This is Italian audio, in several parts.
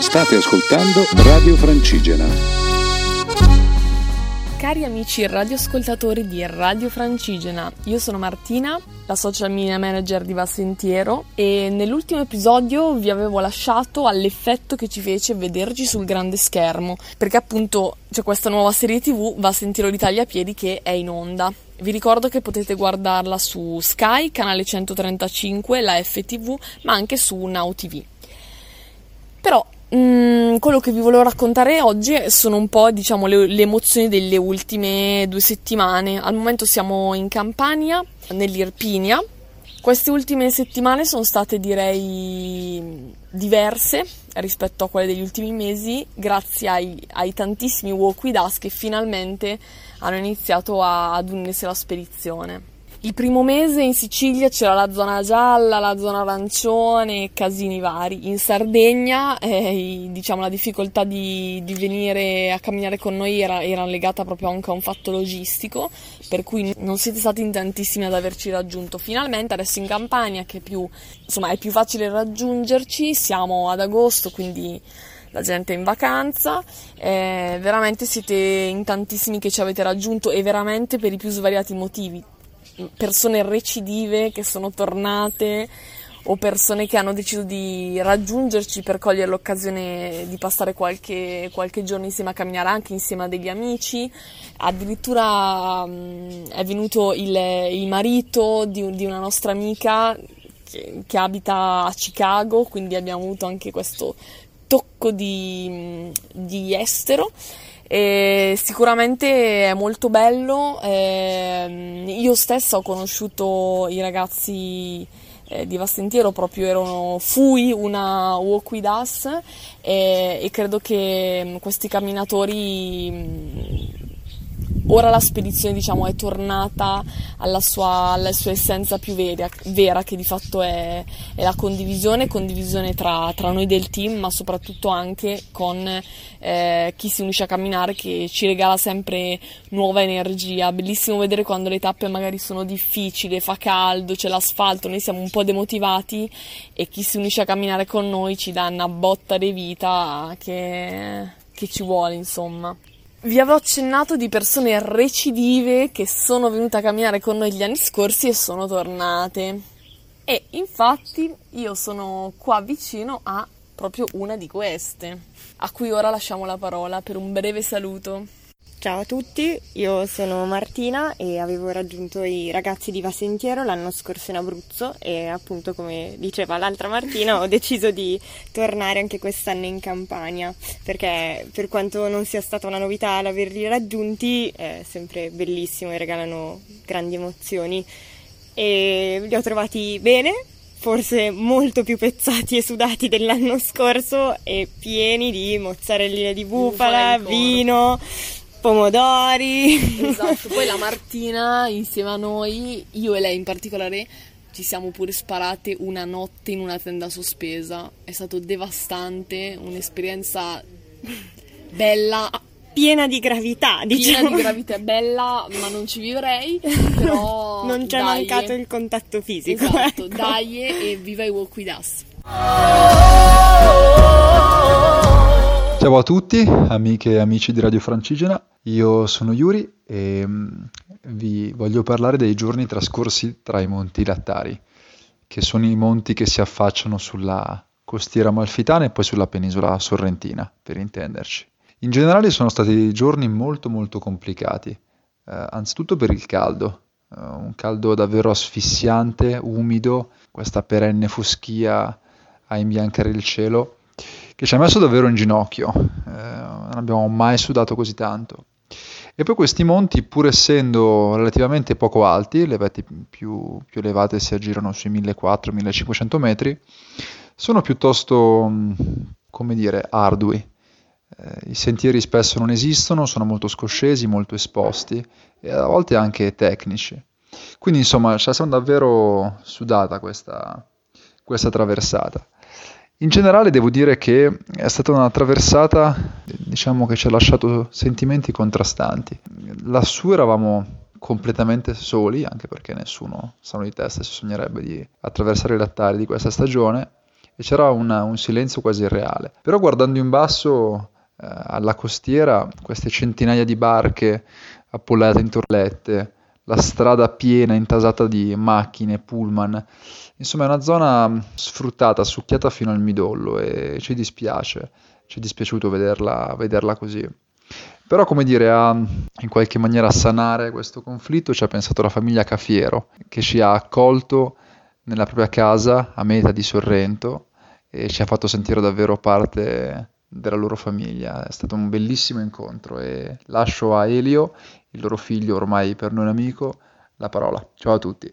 State ascoltando Radio Francigena. Cari amici radioascoltatori di Radio Francigena, io sono Martina, la social media manager di Va Sentiero, e nell'ultimo episodio vi avevo lasciato all'effetto che ci fece vederci sul grande schermo, perché appunto c'è questa nuova serie TV, Va Sentiero di Tagliapiedi, che è in onda. Vi ricordo che potete guardarla su Sky, canale 135, la FTV, ma anche su Now TV. Però quello che vi volevo raccontare oggi sono un po', diciamo, le emozioni delle ultime 2 settimane. Al momento siamo in Campania, nell'Irpinia. Queste ultime settimane sono state, direi, diverse rispetto a quelle degli ultimi mesi, grazie ai tantissimi Walk With Us che finalmente hanno iniziato ad unirsi alla spedizione. Il primo mese in Sicilia c'era la zona gialla, la zona arancione, casini vari. In Sardegna, diciamo, la difficoltà di venire a camminare con noi era legata proprio anche a un fatto logistico, per cui non siete stati in tantissimi ad averci raggiunto. Finalmente adesso in Campania, che è più facile raggiungerci, siamo ad agosto, quindi la gente è in vacanza, veramente siete in tantissimi che ci avete raggiunto, e veramente per i più svariati motivi. Persone recidive che sono tornate, o persone che hanno deciso di raggiungerci per cogliere l'occasione di passare qualche giorno insieme a camminare, anche insieme a degli amici. Addirittura è venuto il marito di una nostra amica che abita a Chicago, quindi abbiamo avuto anche questo tocco di estero. E sicuramente è molto bello. Io stessa ho conosciuto i ragazzi di Va Sentiero, proprio fui una Walk With Us, e credo che questi camminatori, ora la spedizione, diciamo, è tornata alla sua essenza più vera, che di fatto è la condivisione tra noi del team, ma soprattutto anche con chi si unisce a camminare, che ci regala sempre nuova energia. Bellissimo vedere quando le tappe magari sono difficili, fa caldo, c'è l'asfalto, noi siamo un po' demotivati, e chi si unisce a camminare con noi ci dà una botta di vita che ci vuole, insomma. Vi avevo accennato di persone recidive che sono venute a camminare con noi gli anni scorsi e sono tornate. E infatti io sono qua vicino a proprio una di queste, a cui ora lasciamo la parola per un breve saluto. Ciao a tutti, io sono Martina e avevo raggiunto i ragazzi di Va Sentiero l'anno scorso in Abruzzo, e appunto, come diceva l'altra Martina, ho deciso di tornare anche quest'anno in Campania, perché per quanto non sia stata una novità l'averli raggiunti, è sempre bellissimo e regalano grandi emozioni, e li ho trovati bene, forse molto più pezzati e sudati dell'anno scorso, e pieni di mozzarelline di bufala, vino, pomodori. Esatto, poi la Martina insieme a noi, io e lei in particolare, ci siamo pure sparate una notte in una tenda sospesa. È stato devastante, un'esperienza bella, piena di gravità, diciamo. Piena di gravità, bella, ma non ci vivrei, però non ci è mancato il contatto fisico. Esatto, ecco. Dai, e viva i Walk With Us. Ciao a tutti, amiche e amici di Radio Francigena, io sono Yuri e vi voglio parlare dei giorni trascorsi tra i Monti Lattari, che sono i monti che si affacciano sulla costiera amalfitana e poi sulla penisola sorrentina, per intenderci. In generale sono stati giorni molto molto complicati, anzitutto per il caldo, un caldo davvero asfissiante, umido, questa perenne foschia a imbiancare il cielo, che ci ha messo davvero in ginocchio, non abbiamo mai sudato così tanto. E poi questi monti, pur essendo relativamente poco alti, le vette più elevate si aggirano sui 1400-1500 metri, sono piuttosto, come dire, ardui. I sentieri spesso non esistono, sono molto scoscesi, molto esposti e a volte anche tecnici. Quindi insomma ce la siamo davvero sudata questa traversata. In generale devo dire che è stata una traversata, diciamo, che ci ha lasciato sentimenti contrastanti. Lassù eravamo completamente soli, anche perché nessuno sano di testa si sognerebbe di attraversare i lattari di questa stagione, e c'era un silenzio quasi irreale. Però guardando in basso alla costiera, queste centinaia di barche appollaiate in torlette, la strada piena, intasata di macchine, pullman, insomma è una zona sfruttata, succhiata fino al midollo e ci dispiace, ci è dispiaciuto vederla così. Però, come dire, in qualche maniera a sanare questo conflitto ci ha pensato la famiglia Cafiero, che ci ha accolto nella propria casa a metà di Sorrento e ci ha fatto sentire davvero parte della loro famiglia. È stato un bellissimo incontro e lascio a Elio, il loro figlio ormai per noi un amico, la parola. Ciao a tutti.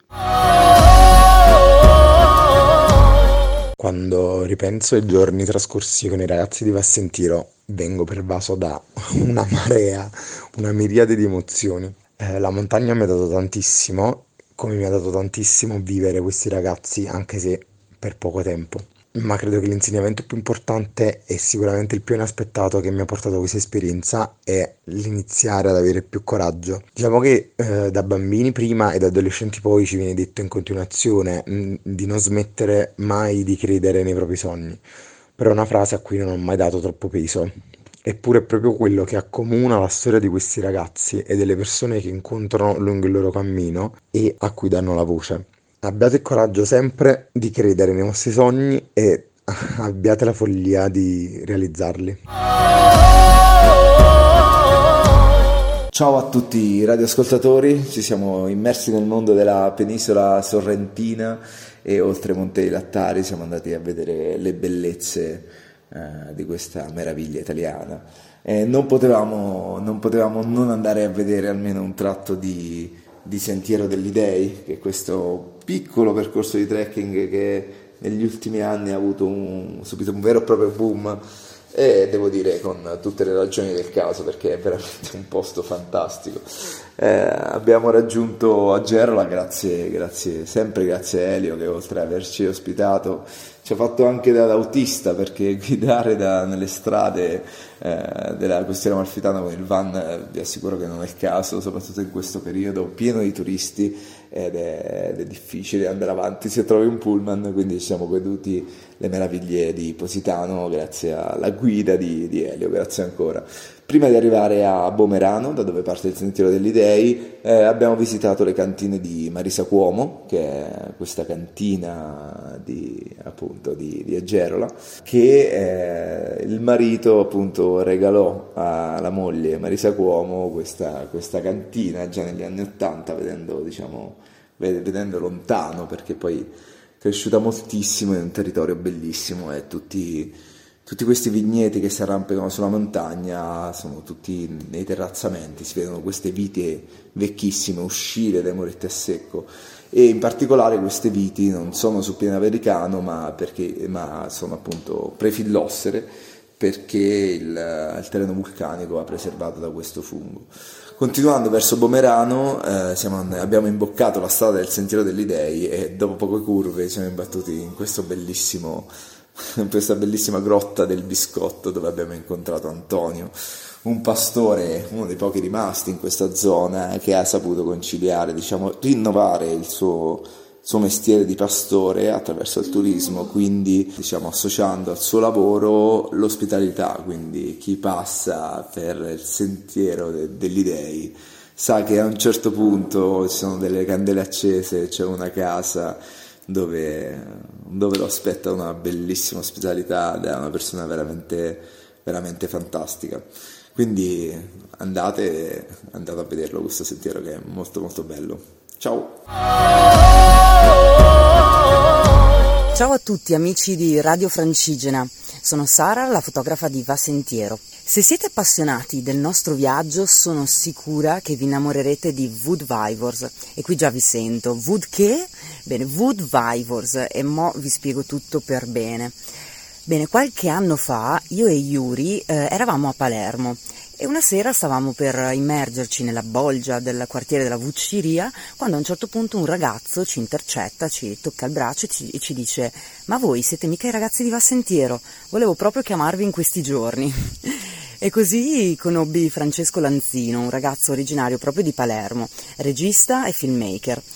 Quando ripenso ai giorni trascorsi con i ragazzi di Vassentiro, vengo pervaso da una marea, una miriade di emozioni. La montagna mi ha dato tantissimo, come mi ha dato tantissimo vivere questi ragazzi, anche se per poco tempo. Ma credo che l'insegnamento più importante e sicuramente il più inaspettato che mi ha portato questa esperienza è l'iniziare ad avere più coraggio. Diciamo che da bambini prima e da adolescenti poi ci viene detto in continuazione di non smettere mai di credere nei propri sogni, però è una frase a cui non ho mai dato troppo peso. Eppure è proprio quello che accomuna la storia di questi ragazzi e delle persone che incontrano lungo il loro cammino e a cui danno la voce. Abbiate il coraggio sempre di credere nei vostri sogni e abbiate la follia di realizzarli. Ciao a tutti i radioascoltatori, ci siamo immersi nel mondo della penisola sorrentina e oltre Monte dei Lattari siamo andati a vedere le bellezze di questa meraviglia italiana. Non potevamo non andare a vedere almeno un tratto di Sentiero degli Dei, che è questo piccolo percorso di trekking che negli ultimi anni ha subito un vero e proprio boom, e devo dire con tutte le ragioni del caso, perché è veramente un posto fantastico. Abbiamo raggiunto Agerola sempre grazie a Elio, che oltre ad averci ospitato ci ha fatto anche da autista, perché guidare nelle strade della costiera amalfitana con il van vi assicuro che non è il caso, soprattutto in questo periodo pieno di turisti, ed è difficile andare avanti se trovi un pullman, quindi ci siamo goduti le meraviglie di Positano grazie alla guida di Elio, grazie ancora. Prima di arrivare a Bomerano, da dove parte il Sentiero degli Dei, abbiamo visitato le cantine di Marisa Cuomo, che è questa cantina di Agerola, che il marito appunto regalò alla moglie Marisa Cuomo questa cantina già negli anni '80, vedendo lontano, perché poi è cresciuta moltissimo in un territorio bellissimo e tutti questi vigneti che si arrampicano sulla montagna sono tutti nei terrazzamenti, si vedono queste viti vecchissime uscire dai muretti a secco, e in particolare queste viti non sono su piano americano ma sono appunto prefillossere, perché il terreno vulcanico ha preservato da questo fungo. Continuando verso Bomerano abbiamo imboccato la strada del Sentiero degli Dei e dopo poche curve siamo imbattuti in questa bellissima grotta del Biscotto, dove abbiamo incontrato Antonio, un pastore, uno dei pochi rimasti in questa zona, che ha saputo conciliare, rinnovare il suo mestiere di pastore attraverso il turismo, quindi associando al suo lavoro l'ospitalità. Quindi chi passa per il Sentiero degli Dei sa che a un certo punto ci sono delle candele accese, c'è una casa dove lo aspetta una bellissima ospitalità ed è una persona veramente, veramente fantastica. Quindi andate a vederlo questo sentiero, che è molto molto bello. Ciao! Ciao a tutti amici di Radio Francigena, sono Sara, la fotografa di Va Sentiero. Se siete appassionati del nostro viaggio, sono sicura che vi innamorerete di Wood Vivors. E qui già vi sento. Wood che? Bene, Wood Vivors. E mo vi spiego tutto per bene. Bene, qualche anno fa io e Yuri eravamo a Palermo e una sera stavamo per immergerci nella bolgia del quartiere della Vucciria, quando a un certo punto un ragazzo ci intercetta, ci tocca il braccio e ci dice: ma voi siete mica i ragazzi di Va Sentiero? Volevo proprio chiamarvi in questi giorni. E così conobbi Francesco Lanzino, un ragazzo originario proprio di Palermo, regista e filmmaker.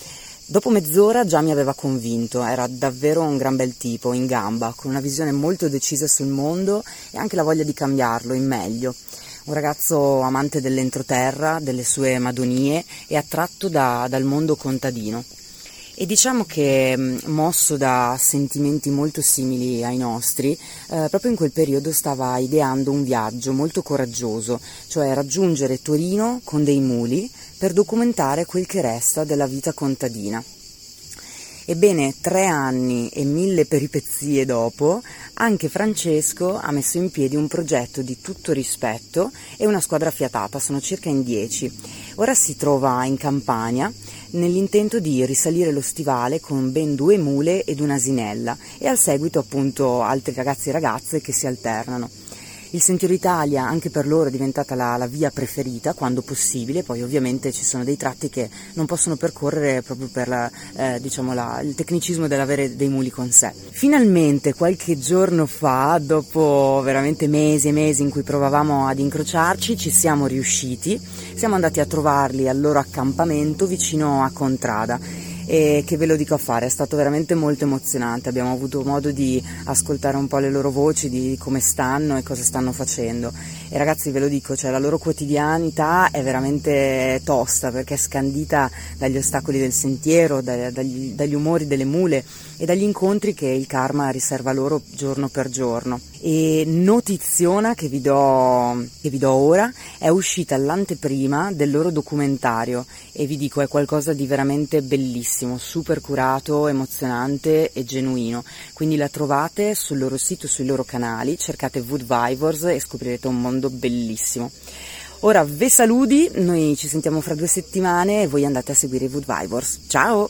Dopo mezz'ora già mi aveva convinto, era davvero un gran bel tipo, in gamba, con una visione molto decisa sul mondo e anche la voglia di cambiarlo in meglio. Un ragazzo amante dell'entroterra, delle sue madonie e attratto dal mondo contadino. E diciamo che, mosso da sentimenti molto simili ai nostri, proprio in quel periodo stava ideando un viaggio molto coraggioso, cioè raggiungere Torino con dei muli per documentare quel che resta della vita contadina. Ebbene, 3 anni e 1000 peripezie dopo, anche Francesco ha messo in piedi un progetto di tutto rispetto e una squadra affiatata, sono circa in 10. Ora si trova in Campania nell'intento di risalire lo stivale con ben 2 mule ed un'asinella e al seguito appunto altri ragazzi e ragazze che si alternano. Il Sentiero Italia anche per loro è diventata la via preferita quando possibile, poi ovviamente ci sono dei tratti che non possono percorrere proprio per il tecnicismo dell'avere dei muli con sé. Finalmente qualche giorno fa, dopo veramente mesi e mesi in cui provavamo ad incrociarci, ci siamo riusciti, siamo andati a trovarli al loro accampamento vicino a Contrada. E che ve lo dico a fare, è stato veramente molto emozionante, abbiamo avuto modo di ascoltare un po' le loro voci, di come stanno e cosa stanno facendo e ragazzi ve lo dico, cioè la loro quotidianità è veramente tosta perché è scandita dagli ostacoli del sentiero, dagli umori delle mule e dagli incontri che il karma riserva loro giorno per giorno. E notiziona che vi do ora, è uscita l'anteprima del loro documentario e vi dico è qualcosa di veramente bellissimo, super curato, emozionante e genuino, quindi la trovate sul loro sito, sui loro canali, cercate Woodvivors e scoprirete un mondo bellissimo. Ora ve saluti, noi ci sentiamo fra 2 settimane e voi andate a seguire i Woodvivors. Ciao!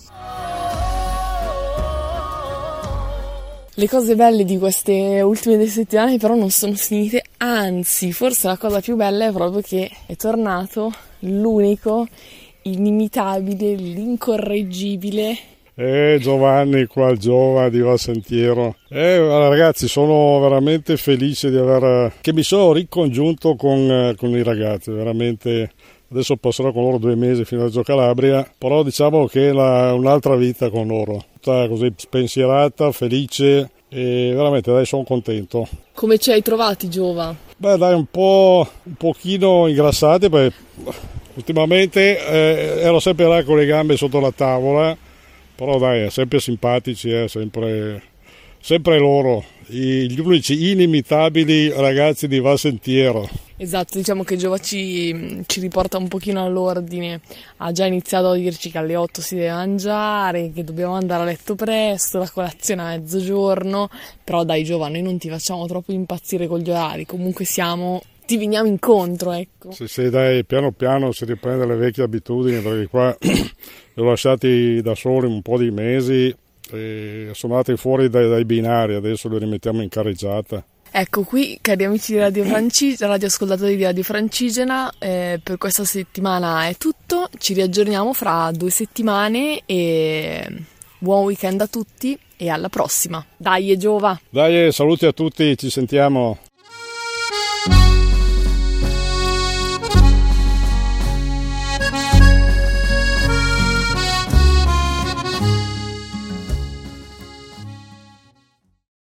Le cose belle di queste ultime 2 settimane però non sono finite, anzi, forse la cosa più bella è proprio che è tornato l'unico, inimitabile, l'incorreggibile. Giovanni qua, il Giova di Valsentiero. Ragazzi, sono veramente felice che mi sono ricongiunto con i ragazzi, veramente. Adesso passerò con loro 2 mesi fino a Reggio Calabria, però diciamo che è un'altra vita con loro, tutta così spensierata, felice e veramente dai sono contento. Come ci hai trovati, Giova? Beh dai, un pochino ingrassati perché ultimamente ero sempre là con le gambe sotto la tavola, però dai, sempre simpatici, sempre loro, gli unici inimitabili ragazzi di Valsentiero. Esatto, diciamo che Giova ci riporta un pochino all'ordine, ha già iniziato a dirci che alle 8 si deve mangiare, che dobbiamo andare a letto presto, la colazione a mezzogiorno, però dai Giova, noi non ti facciamo troppo impazzire con gli orari, comunque ti veniamo incontro, ecco. Sì, dai, piano piano si riprende le vecchie abitudini, perché qua li ho lasciati da soli un po' di mesi e sono andati fuori dai binari, adesso li rimettiamo in carreggiata. Ecco qui, cari amici di radioascoltatori di Radio Francigena, per questa settimana è tutto, ci riaggiorniamo fra 2 settimane e buon weekend a tutti e alla prossima. Dai Giova! Dai, saluti a tutti, ci sentiamo!